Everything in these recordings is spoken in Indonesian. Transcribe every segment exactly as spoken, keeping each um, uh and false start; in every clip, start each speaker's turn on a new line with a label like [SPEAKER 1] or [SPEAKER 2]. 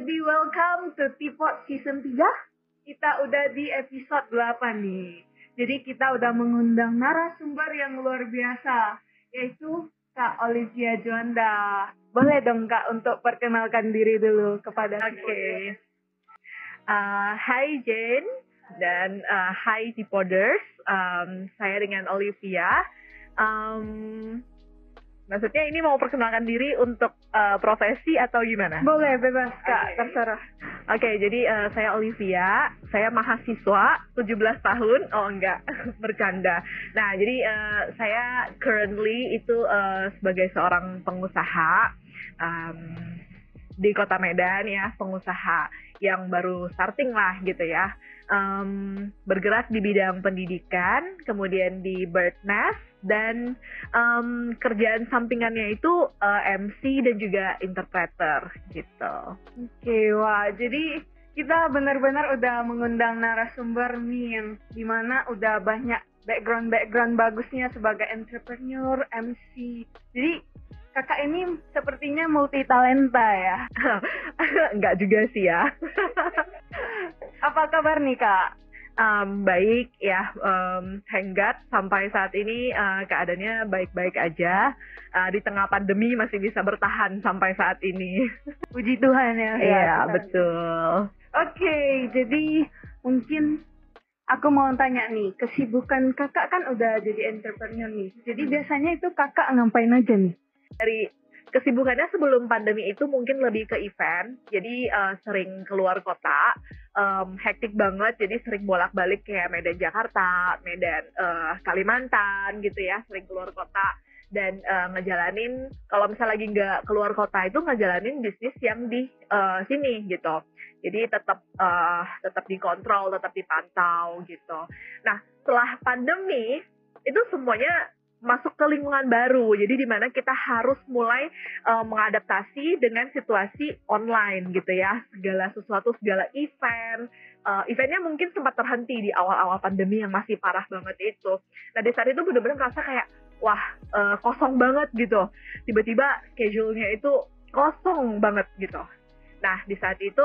[SPEAKER 1] jadi welcome to Teapot Season tiga. Kita udah di episode delapan nih. Jadi kita udah mengundang narasumber yang luar biasa, yaitu Kak Olivia Juanda. Boleh dong Kak untuk perkenalkan diri dulu kepada kita.
[SPEAKER 2] Oke. Okay. Uh, hi Jane dan uh, hi Teapoders. Um, saya dengan Olivia. Um, maksudnya ini mau perkenalkan diri untuk uh, profesi atau gimana?
[SPEAKER 1] Boleh, bebas Kak,
[SPEAKER 2] okay.
[SPEAKER 1] terserah.
[SPEAKER 2] Oke, okay, jadi uh, saya Olivia, saya mahasiswa, tujuh belas tahun, oh enggak, bercanda. Nah, jadi uh, saya currently itu uh, sebagai seorang pengusaha um, di Kota Medan ya, pengusaha yang baru starting lah gitu ya. Um, bergerak di bidang pendidikan, kemudian di Birdnest, dan um, kerjaan sampingannya itu uh, M C dan juga interpreter gitu.
[SPEAKER 1] Oke, okay, wah jadi kita benar-benar udah mengundang narasumber nih yang dimana udah banyak background-background bagusnya sebagai entrepreneur, M C. Jadi kakak ini sepertinya multi talenta ya?
[SPEAKER 2] Enggak juga sih ya.
[SPEAKER 1] Apa kabar nih Kak?
[SPEAKER 2] Um, baik ya, um, thank God sampai saat ini uh, keadaannya baik-baik aja. Uh, di tengah pandemi masih bisa bertahan sampai saat ini.
[SPEAKER 1] Puji Tuhan ya.
[SPEAKER 2] Iya, ya, betul.
[SPEAKER 1] Oke, okay, jadi mungkin aku mau tanya nih, kesibukan kakak kan udah jadi entrepreneur nih. Jadi biasanya itu kakak ngapain aja nih?
[SPEAKER 2] Dari kesibukannya sebelum pandemi itu mungkin lebih ke event, jadi uh, sering keluar kota, um, hektik banget, jadi sering bolak-balik kayak Medan Jakarta, Medan uh, Kalimantan gitu ya, sering keluar kota dan uh, ngejalanin, kalau misalnya lagi nggak keluar kota itu ngejalanin bisnis yang di uh, sini gitu, jadi tetap uh, tetap dikontrol, tetap dipantau gitu. Nah setelah pandemi itu semuanya masuk ke lingkungan baru, jadi dimana kita harus mulai uh, mengadaptasi dengan situasi online gitu ya, segala sesuatu, segala event, uh, eventnya mungkin sempat terhenti di awal-awal pandemi yang masih parah banget itu. Nah di saat itu benar-benar merasa kayak, wah uh, kosong banget gitu, tiba-tiba schedule-nya itu kosong banget gitu. Nah di saat itu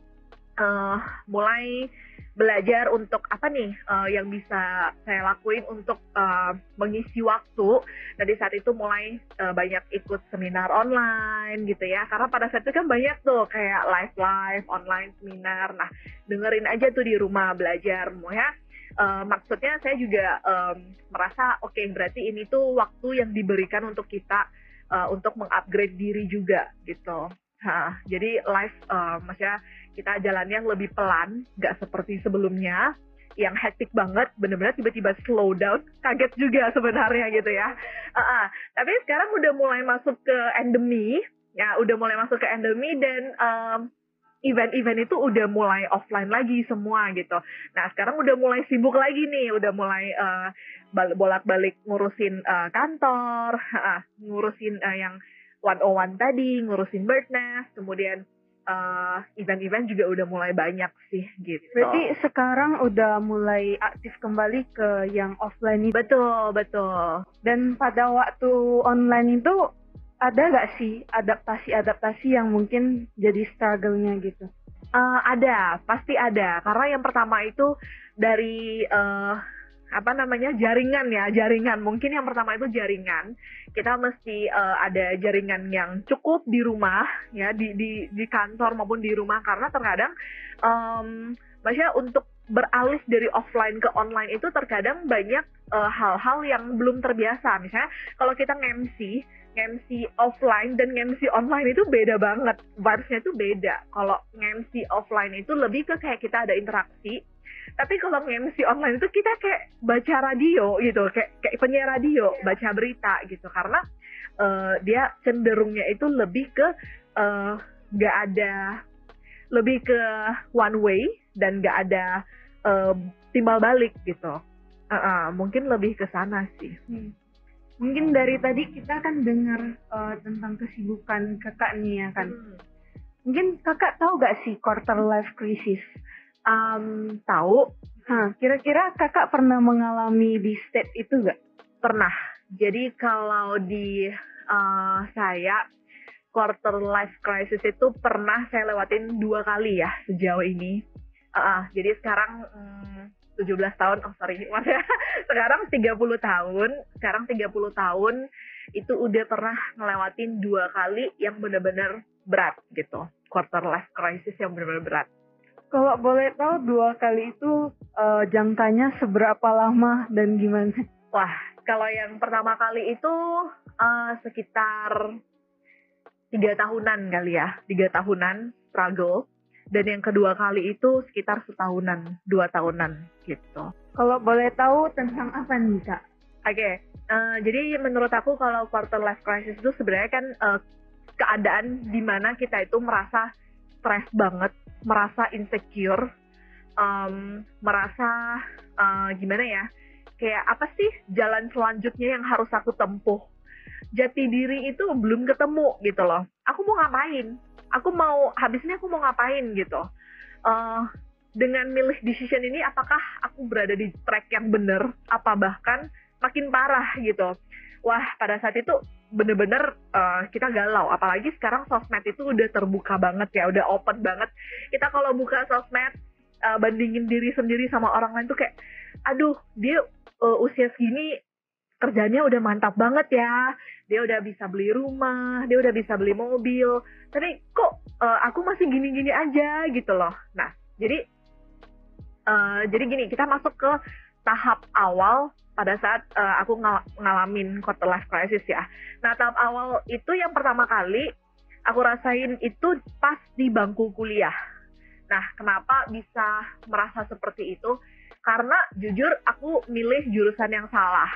[SPEAKER 2] uh, mulai belajar untuk apa nih uh, yang bisa saya lakuin untuk uh, mengisi waktu. Nah di saat itu mulai uh, banyak ikut seminar online gitu ya, karena pada saat itu kan banyak tuh kayak live live online seminar. Nah dengerin aja tuh di rumah belajar ya. Uh, maksudnya saya juga um, merasa oke okay, berarti ini tuh waktu yang diberikan untuk kita uh, untuk mengupgrade diri juga gitu. Nah, jadi live uh, maksudnya kita jalannya yang lebih pelan, nggak seperti sebelumnya yang hektik banget, bener-bener tiba-tiba slow down, kaget juga sebenarnya gitu ya. Uh-uh. Tapi sekarang udah mulai masuk ke endemi, ya udah mulai masuk ke endemi dan um, event-event itu udah mulai offline lagi semua gitu. Nah sekarang udah mulai sibuk lagi nih, udah mulai uh, bolak-balik ngurusin uh, kantor, uh, ngurusin uh, yang one oh one tadi, ngurusin Birdnest, kemudian Uh, event-event juga udah mulai banyak sih gitu.
[SPEAKER 1] Berarti sekarang udah mulai aktif kembali ke yang offline itu?
[SPEAKER 2] Betul, betul.
[SPEAKER 1] Dan pada waktu online itu ada nggak sih adaptasi-adaptasi yang mungkin jadi struggle-nya gitu?
[SPEAKER 2] Uh, ada, pasti ada. Karena yang pertama itu dari uh, apa namanya jaringan ya, jaringan. Mungkin yang pertama itu jaringan. Kita mesti uh, ada jaringan yang cukup di rumah ya, di di di kantor maupun di rumah, karena terkadang um, maksudnya untuk beralih dari offline ke online itu terkadang banyak uh, hal-hal yang belum terbiasa. Misalnya kalau kita nge-M C, nge-M C offline dan nge-M C online itu beda banget, vibes-nya itu beda. Kalau nge-M C offline itu lebih ke kayak kita ada interaksi. Tapi kalau nge-M C online itu kita kayak baca radio gitu, kayak kayak penyiar radio, baca berita gitu, karena uh, dia cenderungnya itu lebih ke nggak uh, ada, lebih ke one way dan nggak ada uh, timbal balik gitu. Uh, uh, mungkin lebih ke sana sih.
[SPEAKER 1] Hmm. Mungkin dari tadi kita kan dengar uh, tentang kesibukan kakak nih ya kan. Hmm. Mungkin kakak tahu gak sih quarter life crisis?
[SPEAKER 2] Um, tahu.
[SPEAKER 1] Hah, kira-kira kakak pernah mengalami di state itu gak?
[SPEAKER 2] Pernah. Jadi kalau di uh, saya quarter life crisis itu pernah saya lewatin dua kali ya sejauh ini. Uh, jadi sekarang hmm, tujuh belas tahun, oh sorry, maksudnya sekarang tiga puluh tahun, sekarang tiga puluh tahun itu udah pernah ngelewatin dua kali yang benar-benar berat gitu. Quarter life crisis yang benar-benar berat.
[SPEAKER 1] Kalau boleh tahu dua kali itu uh, jangkanya seberapa lama dan gimana?
[SPEAKER 2] Wah, kalau yang pertama kali itu uh, sekitar tiga tahunan kali ya, tiga tahunan struggle. Dan yang kedua kali itu sekitar setahunan, dua tahunan gitu.
[SPEAKER 1] Kalau boleh tahu tentang apa nih Kak?
[SPEAKER 2] Oke, okay. uh, jadi menurut aku kalau quarter life crisis itu sebenarnya kan uh, keadaan di mana kita itu merasa stres banget, merasa insecure, um, merasa uh, gimana ya, kayak apa sih jalan selanjutnya yang harus aku tempuh. Jati diri itu belum ketemu gitu loh. Aku mau ngapain? Aku mau, habis ini aku mau ngapain gitu. Uh, dengan milih decision ini, apakah aku berada di track yang benar, apa bahkan makin parah gitu. Wah, pada saat itu bener-bener uh, kita galau. Apalagi sekarang sosmed itu udah terbuka banget ya, udah open banget. Kita kalau buka sosmed, uh, bandingin diri sendiri sama orang lain tuh kayak, aduh, dia uh, usia segini kerjanya udah mantap banget ya, dia udah bisa beli rumah, dia udah bisa beli mobil, tapi kok uh, aku masih gini-gini aja gitu loh. Nah, jadi uh, jadi gini, kita masuk ke tahap awal pada saat uh, aku ngal- ngalamin quarter life crisis ya. Nah, tahap awal itu yang pertama kali aku rasain itu pas di bangku kuliah. Nah, kenapa bisa merasa seperti itu? Karena jujur aku milih jurusan yang salah.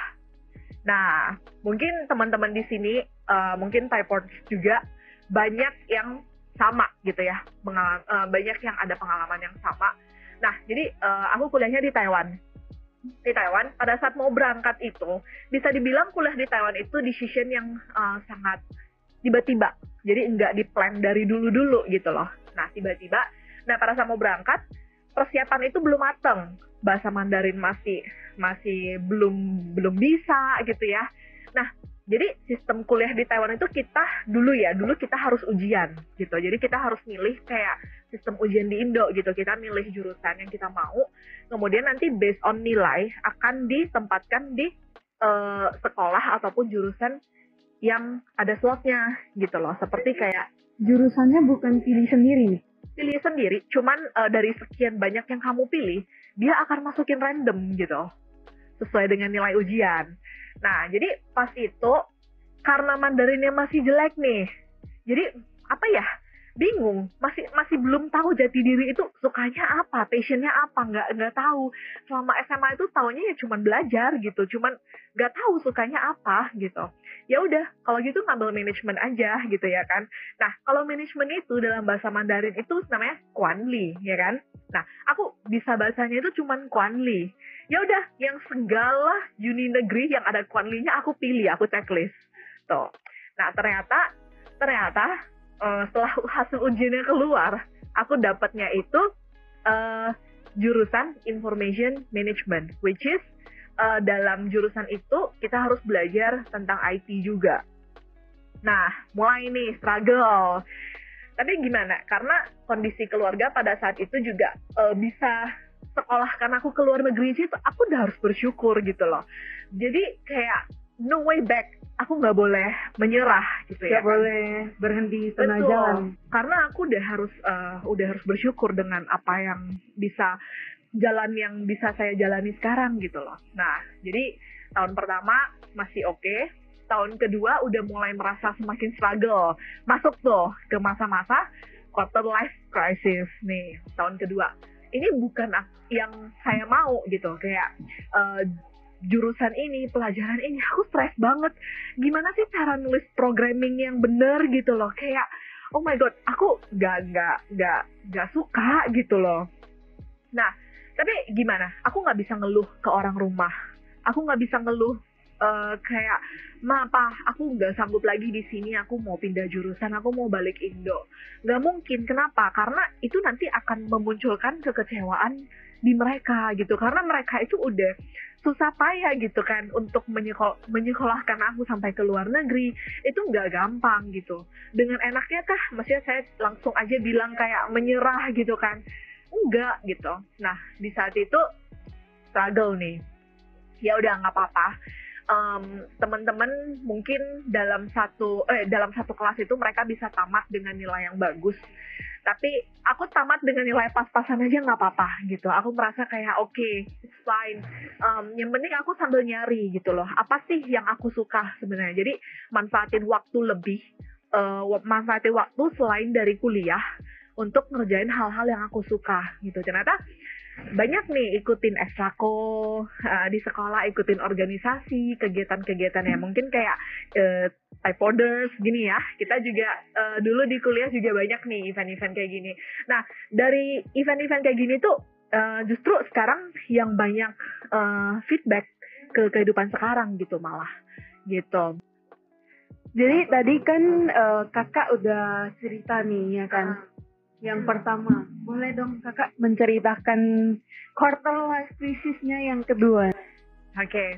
[SPEAKER 2] Nah, mungkin teman-teman di sini, uh, mungkin typers juga banyak yang sama gitu ya, mengal- uh, banyak yang ada pengalaman yang sama. Nah, jadi uh, aku kuliahnya di Taiwan. Di Taiwan, pada saat mau berangkat itu, bisa dibilang kuliah di Taiwan itu decision yang uh, sangat tiba-tiba. Jadi nggak di-plan dari dulu-dulu gitu loh. Nah, tiba-tiba, nah pada saat mau berangkat, persiapan itu belum mateng. Bahasa Mandarin masih masih belum belum bisa gitu ya. Nah, jadi sistem kuliah di Taiwan itu kita dulu ya, dulu kita harus ujian gitu. Jadi kita harus milih kayak sistem ujian di Indo gitu. Kita milih jurusan yang kita mau, kemudian nanti based on nilai akan ditempatkan di uh, sekolah ataupun jurusan yang ada slotnya gitu loh. Seperti kayak
[SPEAKER 1] jurusannya bukan pilih sendiri.
[SPEAKER 2] Pilih sendiri, cuman uh, dari sekian banyak yang kamu pilih, dia akan masukin random gitu, sesuai dengan nilai ujian. Nah, jadi pas itu, karena Mandarinnya masih jelek nih, jadi apa ya, bingung, masih masih belum tahu jati diri itu sukanya apa, passionnya apa, nggak nggak tahu. Selama S M A itu taunya ya cuman belajar gitu, cuman nggak tahu sukanya apa gitu. Ya udah, kalau gitu ngambil manajemen aja gitu ya kan. Nah, kalau manajemen itu dalam bahasa Mandarin itu namanya Kuanli ya kan. Nah, aku bisa bahasanya itu cuman Kuanli. Ya udah, yang segala uni negeri yang ada Kuanlinya aku pilih, aku checklist. Tuh. Nah, ternyata ternyata uh, setelah hasil ujiannya keluar, aku dapatnya itu uh, jurusan Information Management, which is uh, dalam jurusan itu kita harus belajar tentang I T juga. Nah, mulai nih struggle. Tapi gimana? Karena kondisi keluarga pada saat itu juga uh, bisa sekolahkan aku ke luar negeri sih, aku udah harus bersyukur gitu loh. Jadi kayak no way back, aku nggak boleh menyerah gitu ya.
[SPEAKER 1] Nggak boleh berhenti tengah
[SPEAKER 2] Betul.
[SPEAKER 1] jalan.
[SPEAKER 2] Karena aku udah harus uh, udah harus bersyukur dengan apa yang bisa jalan yang bisa saya jalani sekarang gitu loh. Nah, jadi tahun pertama masih oke. Okay. Tahun kedua udah mulai merasa semakin struggle. Masuk tuh ke masa-masa quarter life crisis nih, tahun kedua. Ini bukan yang saya mau gitu, kayak uh, jurusan ini, pelajaran ini, aku stres banget. Gimana sih cara nulis programming yang bener gitu loh, kayak oh my god, aku gak, gak, gak, gak suka gitu loh. Nah, tapi gimana? Aku gak bisa ngeluh ke orang rumah. Aku gak bisa ngeluh Uh, kayak, ma, pa, aku nggak sanggup lagi di sini, aku mau pindah jurusan, aku mau balik Indo. Nggak mungkin, kenapa? Karena itu nanti akan memunculkan kekecewaan di mereka gitu, karena mereka itu udah susah payah gitu kan untuk menyekol menyekolahkan aku sampai ke luar negeri. Itu nggak gampang gitu. Dengan enaknya kah, maksudnya saya langsung aja bilang kayak menyerah gitu kan, enggak gitu. Nah di saat itu struggle nih, ya udah nggak apa-apa. Um, teman-teman mungkin dalam satu eh dalam satu kelas itu mereka bisa tamat dengan nilai yang bagus, tapi aku tamat dengan nilai pas-pasan aja nggak apa-apa gitu. Aku merasa kayak oke, okay, it's fine. Um, yang penting aku sambil nyari gitu loh, apa sih yang aku suka sebenarnya. Jadi manfaatin waktu lebih, uh, manfaatin waktu selain dari kuliah untuk ngerjain hal-hal yang aku suka gitu. Ternyata banyak nih ikutin ekstrako uh, di sekolah, ikutin organisasi, kegiatan-kegiatan yang mungkin kayak uh, typoders gini ya. Kita juga uh, dulu di kuliah juga banyak nih event-event kayak gini. Nah dari event-event kayak gini tuh uh, justru sekarang yang banyak uh, feedback ke kehidupan sekarang gitu malah gitu.
[SPEAKER 1] Jadi tadi kan uh, kakak udah cerita nih ya kan. Yang pertama, boleh dong kakak menceritakan quarter life crisis-nya yang kedua.
[SPEAKER 2] Oke, okay.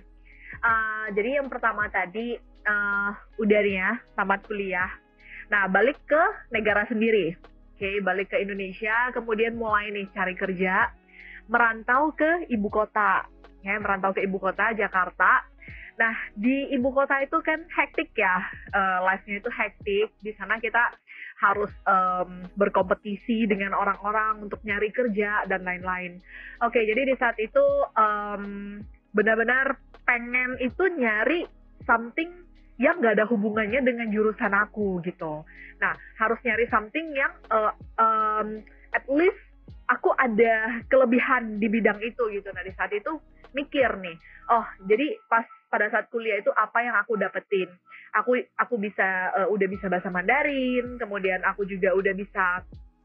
[SPEAKER 2] uh, jadi yang pertama tadi uh, udah nih ya, tamat kuliah. Nah balik ke negara sendiri, oke, okay, balik ke Indonesia, kemudian mulai nih cari kerja, merantau ke ibu kota, ya, merantau ke ibu kota Jakarta. Nah di ibu kota itu kan hektik ya, uh, life-nya itu hektik. Di sana kita harus um, berkompetisi dengan orang-orang untuk nyari kerja dan lain-lain. Oke, jadi di saat itu um, benar-benar pengen itu nyari something yang gak ada hubungannya dengan jurusan aku gitu. Nah, harus nyari something yang uh, um, at least aku ada kelebihan di bidang itu gitu. Nah, di saat itu mikir nih, oh jadi pas pada saat kuliah itu apa yang aku dapetin. Aku aku bisa uh, udah bisa bahasa Mandarin, kemudian aku juga udah bisa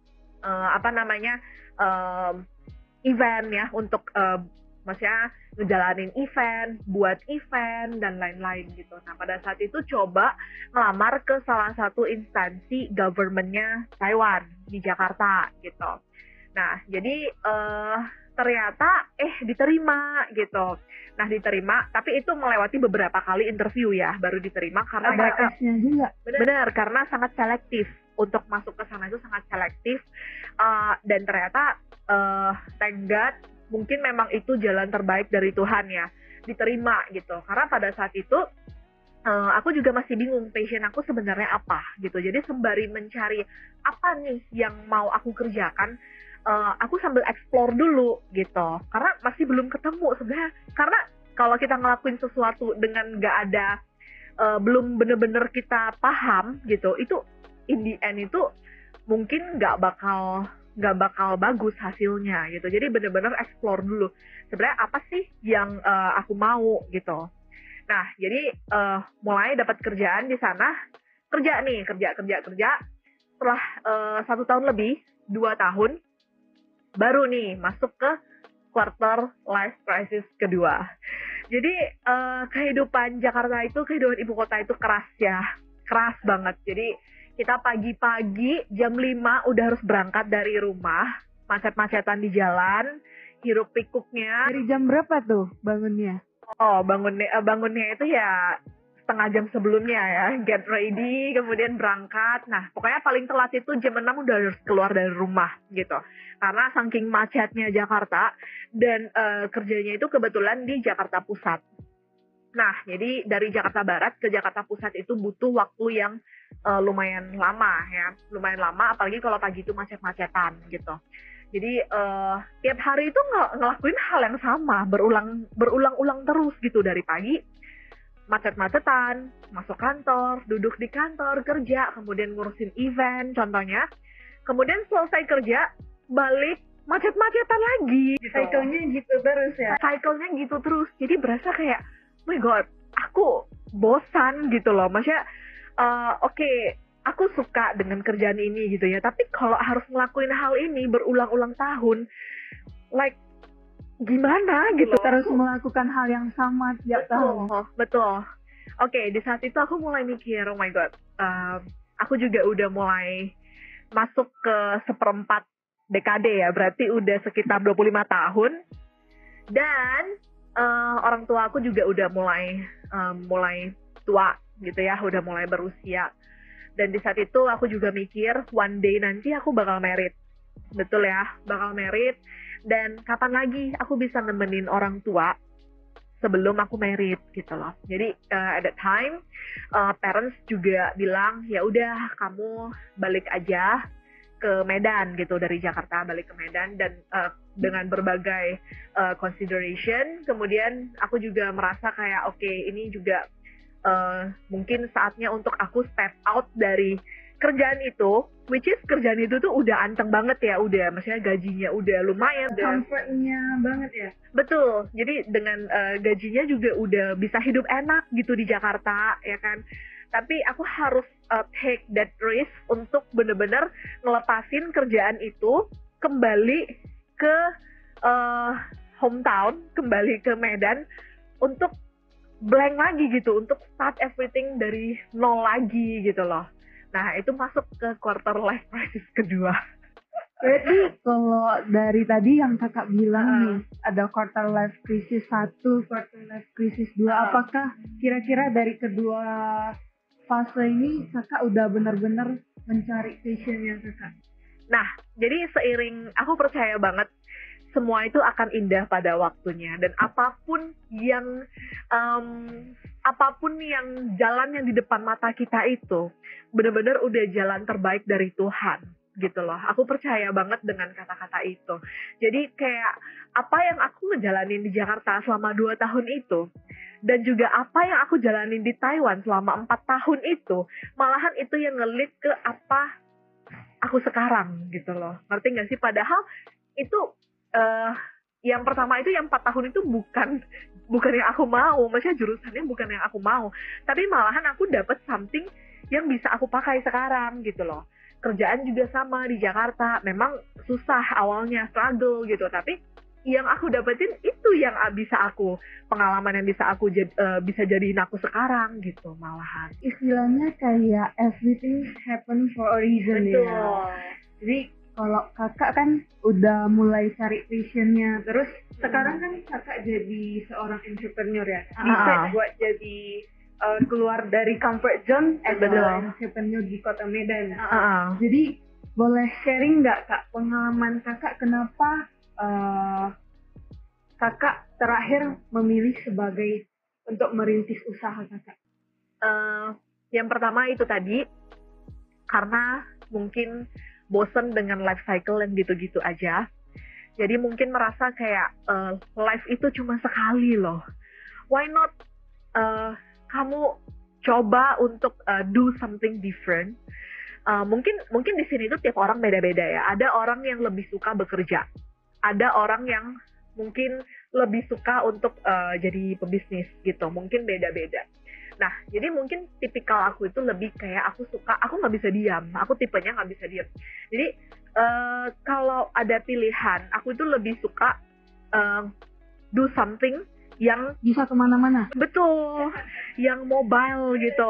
[SPEAKER 2] uh, apa namanya um, event ya untuk uh, maksudnya ngejalanin event, buat event dan lain-lain gitu. Nah pada saat itu coba ngelamar ke salah satu instansi government-nya Taiwan di Jakarta gitu. Nah jadi uh, ternyata eh diterima gitu. Nah diterima, tapi itu melewati beberapa kali interview ya, baru diterima karena
[SPEAKER 1] ada tesnya juga.
[SPEAKER 2] Benar, karena sangat selektif. Untuk masuk ke sana itu sangat selektif, uh, dan ternyata uh, thank God, mungkin memang itu jalan terbaik dari Tuhan ya, diterima gitu. Karena pada saat itu uh, aku juga masih bingung passion aku sebenarnya apa gitu. Jadi sembari mencari apa nih yang mau aku kerjakan, Uh, aku sambil explore dulu gitu, karena masih belum ketemu sebenarnya. Karena kalau kita ngelakuin sesuatu dengan nggak ada, uh, belum bener-bener kita paham gitu, itu in the end itu mungkin nggak bakal nggak bakal bagus hasilnya gitu. Jadi bener-bener explore dulu sebenarnya apa sih yang uh, aku mau gitu. Nah jadi uh, mulai dapat kerjaan di sana, kerja nih kerja kerja kerja setelah uh, satu tahun lebih, dua tahun baru nih masuk ke quarter life crisis kedua. Jadi uh, kehidupan Jakarta itu, kehidupan ibu kota itu keras ya, keras banget. Jadi kita pagi-pagi jam lima udah harus berangkat dari rumah, macet-macetan di jalan, hiruk pikuknya.
[SPEAKER 1] Dari jam berapa tuh bangunnya?
[SPEAKER 2] Oh bangunnya uh, bangunnya itu ya setengah jam sebelumnya ya, get ready, kemudian berangkat. Nah, pokoknya paling telat itu jam enam udah harus keluar dari rumah gitu. Karena saking macetnya Jakarta, dan uh, kerjanya itu kebetulan di Jakarta Pusat. Nah, jadi dari Jakarta Barat ke Jakarta Pusat itu butuh waktu yang uh, lumayan lama ya, lumayan lama, apalagi kalau pagi itu macet-macetan gitu. Jadi uh, tiap hari itu ng- ngelakuin hal yang sama, berulang berulang-ulang terus gitu, dari pagi macet-macetan, masuk kantor, duduk di kantor, kerja, kemudian ngurusin event contohnya, kemudian selesai kerja, balik, macet-macetan lagi gitu.
[SPEAKER 1] Cycle-nya gitu terus ya?
[SPEAKER 2] Cycle-nya gitu terus, jadi berasa kayak, oh my god, aku bosan gitu loh. Maksudnya, uh, oke, okay, aku suka dengan kerjaan ini gitu ya, tapi kalau harus ngelakuin hal ini berulang-ulang tahun, like, gimana gitu,
[SPEAKER 1] terus melakukan hal yang sama tiap tahun.
[SPEAKER 2] Betul. Oke, okay, di saat itu aku mulai mikir, oh my god, um, aku juga udah mulai masuk ke seperempat dekade ya, berarti udah sekitar dua puluh lima tahun. Dan uh, orang tua aku juga udah mulai um, mulai tua gitu ya, udah mulai berusia. Dan di saat itu aku juga mikir one day nanti aku bakal married. Betul ya, bakal married. Dan kapan lagi aku bisa nemenin orang tua sebelum aku married gitu loh. Jadi uh, at that time uh, parents juga bilang ya udah kamu balik aja ke Medan gitu, dari Jakarta balik ke Medan. Dan uh, dengan berbagai uh, consideration kemudian aku juga merasa kayak oke okay, ini juga uh, mungkin saatnya untuk aku step out dari kerjaan itu, which is kerjaan itu tuh udah anteng banget ya, udah maksudnya gajinya udah lumayan,
[SPEAKER 1] comfortnya banget ya.
[SPEAKER 2] Betul, jadi dengan uh, gajinya juga udah bisa hidup enak gitu di Jakarta ya kan. Tapi aku harus uh, take that risk untuk bener-bener ngelepasin kerjaan itu, kembali ke uh, hometown, kembali ke Medan untuk blank lagi gitu, untuk start everything dari nol lagi gitu loh. Nah, itu masuk ke quarter life crisis kedua.
[SPEAKER 1] Berarti kalau dari tadi yang kakak bilang uh. nih, ada quarter life crisis satu, quarter life crisis dua, uh. apakah kira-kira dari kedua fase ini kakak udah benar-benar mencari passionnya kakak?
[SPEAKER 2] Nah, jadi seiring, aku percaya banget semua itu akan indah pada waktunya, dan apapun yang um, apapun yang jalan yang di depan mata kita itu benar-benar udah jalan terbaik dari Tuhan gitu loh. Aku percaya banget dengan kata-kata itu. Jadi kayak apa yang aku ngejalanin di Jakarta selama dua tahun itu, dan juga apa yang aku jalanin di Taiwan selama empat tahun itu, malahan itu yang ngelit ke apa aku sekarang gitu loh. Ngerti gak sih? Padahal itu Uh, yang pertama itu yang empat tahun itu bukan bukan yang aku mau, maksudnya jurusannya bukan yang aku mau, tapi malahan aku dapat something yang bisa aku pakai sekarang gitu loh. Kerjaan juga sama di Jakarta, memang susah awalnya, struggle gitu, tapi yang aku dapetin itu yang bisa aku, pengalaman yang bisa aku uh, bisa jadiin aku sekarang gitu malahan.
[SPEAKER 1] Istilahnya kayak everything happen for a reason.
[SPEAKER 2] Betul.
[SPEAKER 1] Ya. Jadi kalau kakak kan udah mulai cari passionnya, terus hmm. sekarang kan kakak jadi seorang entrepreneur ya, bisa uh-huh. buat jadi uh, keluar dari comfort zone as an entrepreneur di kota Medan. Uh-huh. Jadi boleh sharing nggak kak pengalaman kakak kenapa uh, kakak terakhir memilih sebagai untuk merintis usaha kakak?
[SPEAKER 2] Uh, yang pertama itu tadi karena mungkin bosen dengan life cycle yang gitu-gitu aja. Jadi mungkin merasa kayak uh, life itu cuma sekali loh. Why not uh, kamu coba untuk uh, do something different. Uh, mungkin mungkin di sini tuh tiap orang beda-beda ya. Ada orang yang lebih suka bekerja. Ada orang yang mungkin lebih suka untuk uh, jadi pebisnis gitu. Mungkin beda-beda. Nah, jadi mungkin tipikal aku itu lebih kayak aku suka, aku nggak bisa diam, aku tipenya nggak bisa diam. Jadi uh, kalau ada pilihan, aku itu lebih suka uh, do something yang
[SPEAKER 1] bisa kemana-mana.
[SPEAKER 2] Betul, yang mobile gitu.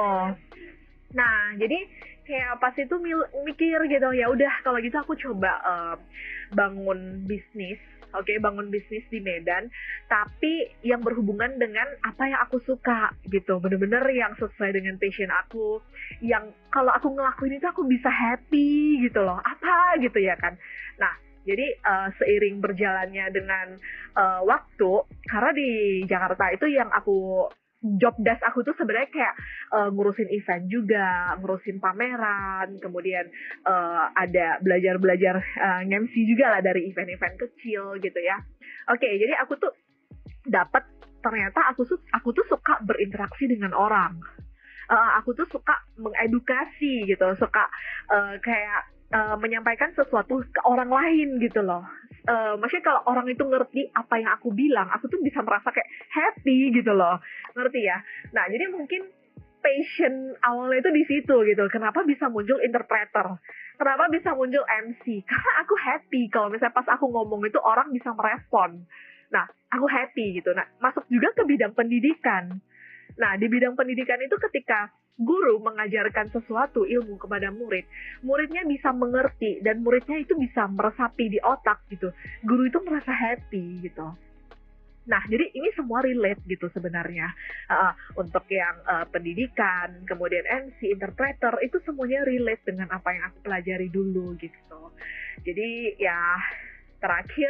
[SPEAKER 2] Nah, jadi kayak pas itu mikir gitu, ya udah kalau gitu aku coba uh, bangun bisnis. Oke, okay, bangun bisnis di Medan, tapi yang berhubungan dengan apa yang aku suka gitu, bener-bener yang sesuai dengan passion aku, yang kalau aku ngelakuin itu aku bisa happy gitu loh, apa gitu ya kan. Nah, jadi uh, seiring berjalannya dengan uh, waktu, karena di Jakarta itu yang aku job desk aku tuh sebenarnya kayak uh, ngurusin event juga, ngurusin pameran, kemudian uh, ada belajar-belajar uh, nge-M C juga lah dari event-event kecil gitu ya. Oke, okay, jadi aku tuh dapat ternyata aku tuh aku tuh suka berinteraksi dengan orang. Uh, aku tuh suka mengedukasi gitu, suka uh, kayak uh, menyampaikan sesuatu ke orang lain gitu loh. Uh, maksudnya kalau orang itu ngerti apa yang aku bilang, aku tuh bisa merasa kayak happy gitu loh, ngerti ya. Nah, jadi mungkin passion awalnya itu di situ gitu. Kenapa bisa muncul interpreter? Kenapa bisa muncul M C? Karena aku happy kalau misalnya pas aku ngomong itu orang bisa merespon. Nah, aku happy gitu. Nah, masuk juga ke bidang pendidikan. Nah, di bidang pendidikan itu ketika guru mengajarkan sesuatu ilmu kepada murid, muridnya bisa mengerti dan muridnya itu bisa meresapi di otak gitu. Guru itu merasa happy gitu. Nah, jadi ini semua relate gitu sebenarnya. Uh, untuk yang uh, pendidikan, kemudian M C, interpreter, itu semuanya relate dengan apa yang aku pelajari dulu gitu. Jadi ya terakhir,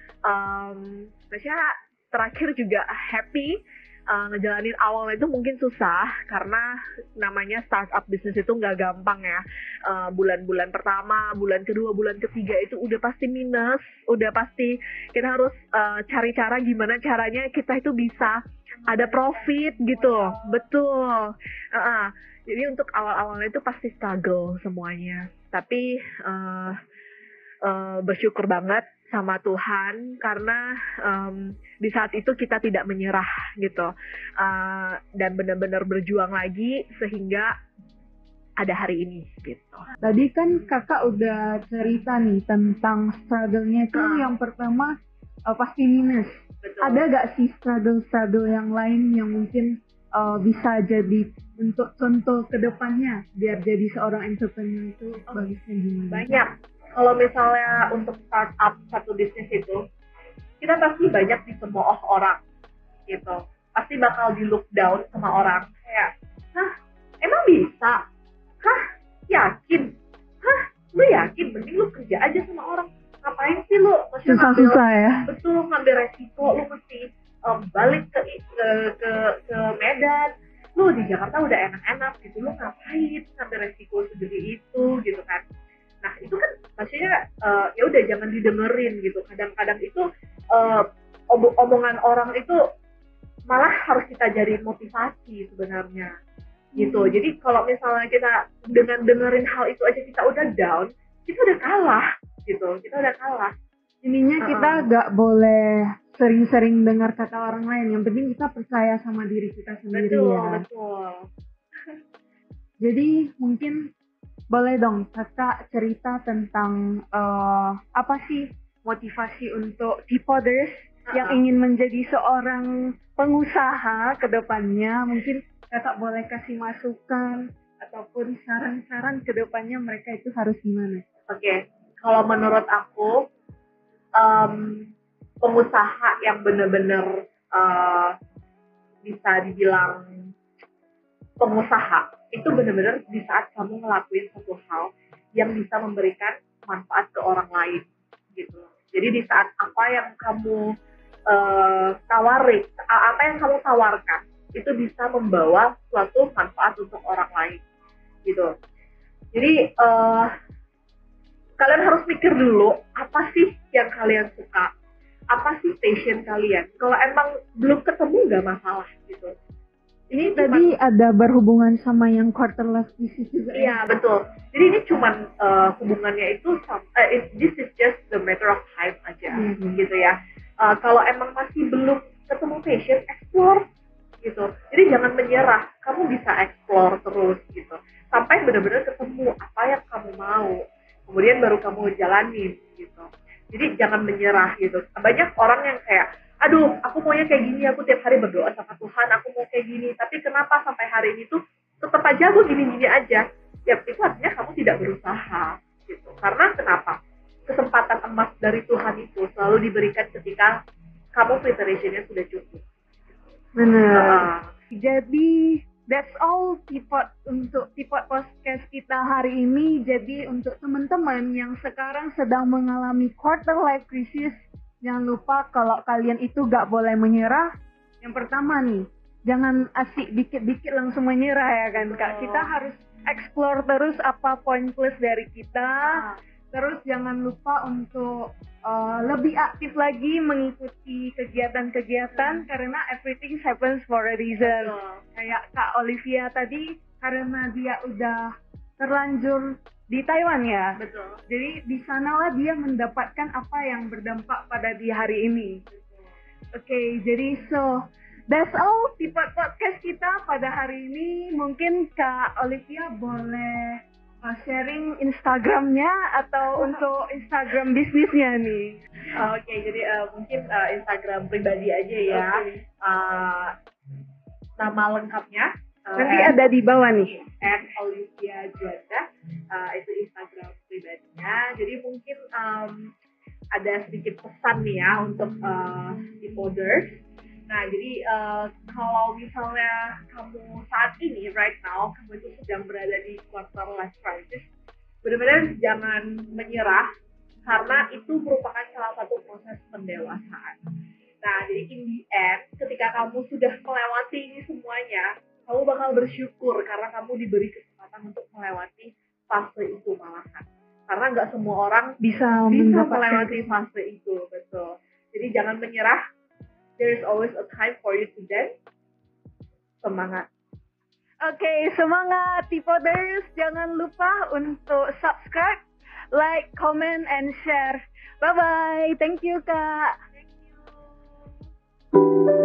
[SPEAKER 2] um, maksudnya terakhir juga happy. Uh, ngejalanin awalnya itu mungkin susah karena namanya startup bisnis itu nggak gampang ya. Uh, bulan-bulan pertama, bulan kedua, bulan ketiga itu udah pasti minus, udah pasti kita harus uh, cari cara gimana caranya kita itu bisa ada profit gitu. Betul. Uh-uh. Jadi untuk awal-awalnya itu pasti struggle semuanya. Tapi uh, uh, bersyukur banget sama Tuhan karena um, di saat itu kita tidak menyerah gitu, uh, dan benar-benar berjuang lagi sehingga ada hari ini gitu.
[SPEAKER 1] Tadi kan kakak udah cerita nih tentang struggle-nya itu
[SPEAKER 2] uh.
[SPEAKER 1] yang pertama uh, pasti minus.
[SPEAKER 2] Betul.
[SPEAKER 1] Ada gak sih struggle-struggle yang lain yang mungkin uh, bisa jadi untuk contoh ke depannya biar jadi seorang entrepreneur itu
[SPEAKER 2] oh.
[SPEAKER 1] bagusnya gimana?
[SPEAKER 2] Banyak. Kalau misalnya untuk startup satu bisnis itu, kita pasti banyak dicemooh orang, gitu. Pasti bakal di look down sama orang. Kayak, hah, emang bisa? Hah, yakin? Hah, lu yakin? Mending lu kerja aja sama orang. Ngapain sih lu?
[SPEAKER 1] Susah-susah ya?
[SPEAKER 2] Betul, ngambil resiko. Lu mesti um, balik ke, ke, ke, ke Medan. Lu di Jakarta udah enak-enak gitu. Lu ngapain ngambil resiko segede itu, gitu kan. Nah itu kan maksudnya uh, ya udah jangan didengerin gitu. Kadang-kadang itu uh, om- omongan orang itu malah harus kita jadiin motivasi sebenarnya gitu. Jadi kalau misalnya kita dengan dengerin hal itu aja kita udah down, kita udah kalah gitu. Kita udah kalah.
[SPEAKER 1] Ininya uh-uh. kita gak boleh sering-sering dengar kata orang lain. Yang penting kita percaya sama diri kita sendiri.
[SPEAKER 2] Betul,
[SPEAKER 1] ya.
[SPEAKER 2] Betul.
[SPEAKER 1] Jadi mungkin boleh dong kakak cerita tentang uh, apa sih motivasi untuk T-Poders uh-huh. yang ingin menjadi seorang pengusaha ke depannya. Mungkin kakak boleh kasih masukan ataupun saran-saran ke depannya mereka itu harus gimana?
[SPEAKER 2] Oke, okay. Kalau menurut aku um, pengusaha yang benar-benar uh, bisa dibilang pengusaha itu benar-benar di saat kamu ngelakuin satu hal yang bisa memberikan manfaat ke orang lain gitu. Jadi di saat apa yang kamu uh, tawarin, apa yang kamu tawarkan itu bisa membawa suatu manfaat untuk orang lain gitu. Jadi uh, kalian harus mikir dulu apa sih yang kalian suka, apa sih passion kalian. Kalau emang belum ketemu nggak masalah gitu.
[SPEAKER 1] Ini tadi cuman, ada berhubungan sama yang quarter life crisis juga.
[SPEAKER 2] Iya, ya? Betul. Jadi ini cuman uh, hubungannya itu uh, it, this is just the matter of time aja, mm-hmm. gitu ya. Uh, kalau emang masih belum ketemu passion, explore gitu. Jadi jangan menyerah. Kamu bisa explore terus gitu. Sampai benar-benar ketemu apa yang kamu mau. Kemudian baru kamu jalanin gitu. Jadi jangan menyerah gitu. Banyak orang yang kayak aduh, aku maunya kayak gini, aku tiap hari berdoa sama Tuhan, aku mau kayak gini, tapi kenapa sampai hari ini tuh tetap aja aku gini-gini aja? Ya, itu artinya kamu tidak berusaha, gitu. Karena kenapa? Kesempatan emas dari Tuhan itu selalu diberikan ketika kamu preparation-nya sudah cukup.
[SPEAKER 1] Benar. Uh, Jadi, that's all T-Pod untuk T-Pod podcast kita hari ini. Jadi, untuk teman-teman yang sekarang sedang mengalami quarter life crisis, jangan lupa kalau kalian itu gak boleh menyerah. Yang pertama nih, jangan asik dikit-dikit langsung menyerah ya kan Kak. Kita harus explore terus apa poin plus dari kita. Terus jangan lupa untuk uh, lebih aktif lagi mengikuti kegiatan-kegiatan karena everything happens for a reason. Kayak Kak Olivia tadi, karena dia udah terlanjur di Taiwan ya.
[SPEAKER 2] Betul.
[SPEAKER 1] Jadi di sanalah dia mendapatkan apa yang berdampak pada di hari ini. Oke, okay, jadi so that's all T-Pod podcast kita pada hari ini. Mungkin Kak Olivia boleh uh, sharing Instagramnya atau untuk Instagram bisnisnya nih.
[SPEAKER 2] Oke, okay, jadi uh, mungkin uh, Instagram pribadi aja ya. Okay. Uh, nama lengkapnya Uh,
[SPEAKER 1] Nanti ada di bawah nih.
[SPEAKER 2] At Olivia Juanda, uh, itu Instagram pribadinya. Jadi mungkin um, ada sedikit pesan nih ya untuk uh, Tipoders. Nah, jadi uh, kalau misalnya kamu saat ini, right now, kamu itu sedang berada di quarter life crisis, benar-benar jangan menyerah, karena itu merupakan salah satu proses pendewasaan. Nah, jadi in the end, ketika kamu sudah melewati ini semuanya, kamu bakal bersyukur karena kamu diberi kesempatan untuk melewati fase itu malahan. Karena nggak semua orang
[SPEAKER 1] bisa,
[SPEAKER 2] bisa melewati fase itu, betul. Jadi jangan menyerah. There is always a time for you to dance. Semangat.
[SPEAKER 1] Oke, okay, semangat Tipoders. Jangan lupa untuk subscribe, like, comment, and share. Bye-bye. Thank you, Kak.
[SPEAKER 2] Thank you.